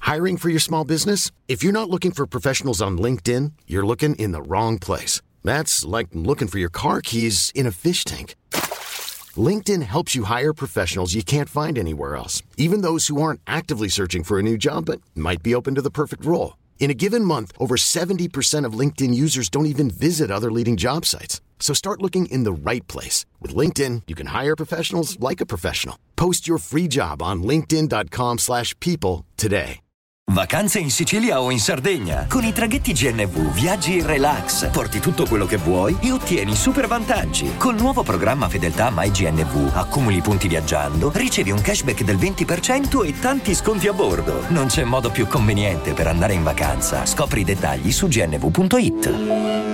Hiring for your small business? If you're not looking for professionals on LinkedIn, you're looking in the wrong place. That's like looking for your car keys in a fish tank. LinkedIn helps you hire professionals you can't find anywhere else, even those who aren't actively searching for a new job but might be open to the perfect role. In a given month, over 70% of LinkedIn users don't even visit other leading job sites. So start looking in the right place. With LinkedIn, you can hire professionals like a professional. Post your free job on linkedin.com/people today. Vacanze in Sicilia o in Sardegna. Con i traghetti GNV viaggi in relax, porti tutto quello che vuoi e ottieni super vantaggi. Col nuovo programma Fedeltà MyGNV accumuli punti viaggiando, ricevi un cashback del 20% e tanti sconti a bordo. Non c'è modo più conveniente per andare in vacanza. Scopri i dettagli su gnv.it.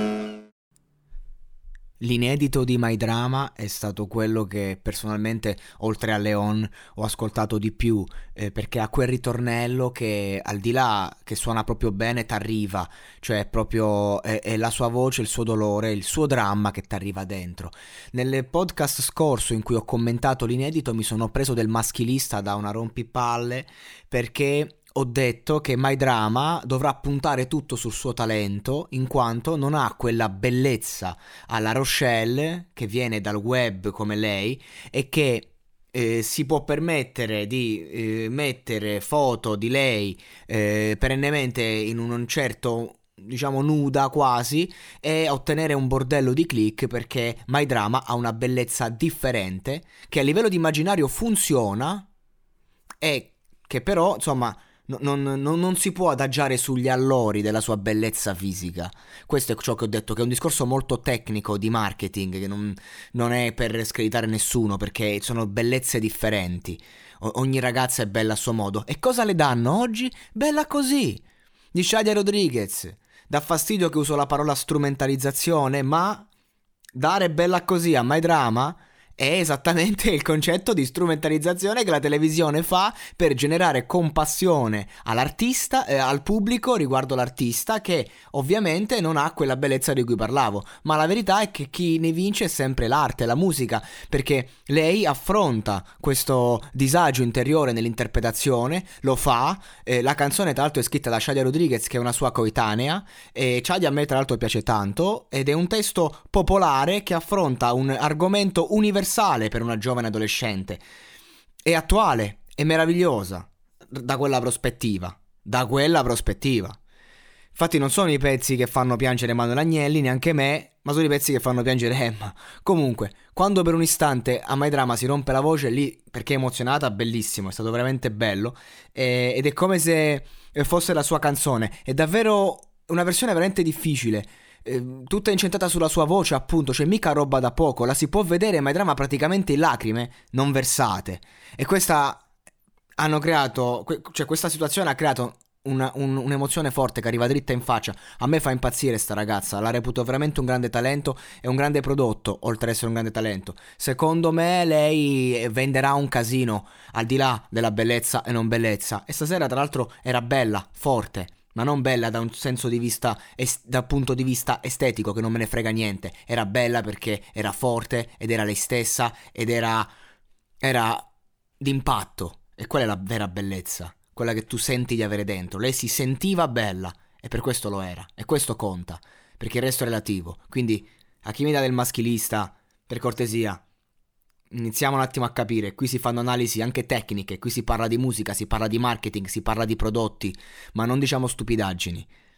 L'inedito di My Drama è stato quello che personalmente, oltre a Leon, ho ascoltato di più, perché ha quel ritornello che, al di là che suona proprio bene, t'arriva, cioè proprio è la sua voce, il suo dolore, il suo dramma che t'arriva dentro. Nel podcast scorso in cui ho commentato l'inedito mi sono preso del maschilista da una rompipalle, perché ho detto che My Drama dovrà puntare tutto sul suo talento, in quanto non ha quella bellezza alla Rochelle che viene dal web come lei e che si può permettere di mettere foto di lei perennemente in un certo, diciamo, nuda quasi, e ottenere un bordello di click, perché My Drama ha una bellezza differente che a livello di immaginario funziona e che però, insomma, non si può adagiare sugli allori della sua bellezza fisica. Questo è ciò che ho detto, che è un discorso molto tecnico di marketing, che non è per screditare nessuno, perché sono bellezze differenti. Ogni ragazza è bella a suo modo. E cosa le danno oggi? Bella così, di Shadia Rodriguez. Dà fastidio che uso la parola strumentalizzazione, ma dare bella così a My Drama è esattamente il concetto di strumentalizzazione che la televisione fa per generare compassione all'artista, al pubblico riguardo l'artista, che ovviamente non ha quella bellezza di cui parlavo. Ma la verità è che chi ne vince è sempre l'arte, la musica, perché lei affronta questo disagio interiore nell'interpretazione, lo fa. La canzone tra l'altro è scritta da Shadia Rodriguez, che è una sua coetanea, e Shadia a me tra l'altro piace tanto, ed è un testo popolare che affronta un argomento universale per una giovane adolescente. È attuale, è meravigliosa da quella prospettiva. Infatti non sono i pezzi che fanno piangere Manuel Agnelli, neanche me, ma sono i pezzi che fanno piangere Emma. Comunque, quando per un istante a My Drama si rompe la voce lì perché è emozionata, bellissimo, è stato veramente bello, ed è come se fosse la sua canzone. È davvero una versione veramente difficile, tutta incentrata sulla sua voce, appunto, cioè mica roba da poco. La si può vedere My Drama praticamente in lacrime non versate, e questa situazione ha creato un'emozione forte che arriva dritta in faccia. A me fa impazzire sta ragazza, la reputo veramente un grande talento e un grande prodotto, oltre ad essere un grande talento. Secondo me lei venderà un casino, al di là della bellezza e non bellezza. E stasera tra l'altro era bella, forte, ma non bella da un senso di vista, dal punto di vista estetico, che non me ne frega niente. Era bella perché era forte ed era lei stessa ed era d'impatto, e quella è la vera bellezza, quella che tu senti di avere dentro. Lei si sentiva bella e per questo lo era, e questo conta, perché il resto è relativo. Quindi a chi mi dà del maschilista, per cortesia, iniziamo un attimo a capire. Qui si fanno analisi anche tecniche, qui si parla di musica, si parla di marketing, si parla di prodotti, ma non diciamo stupidaggini.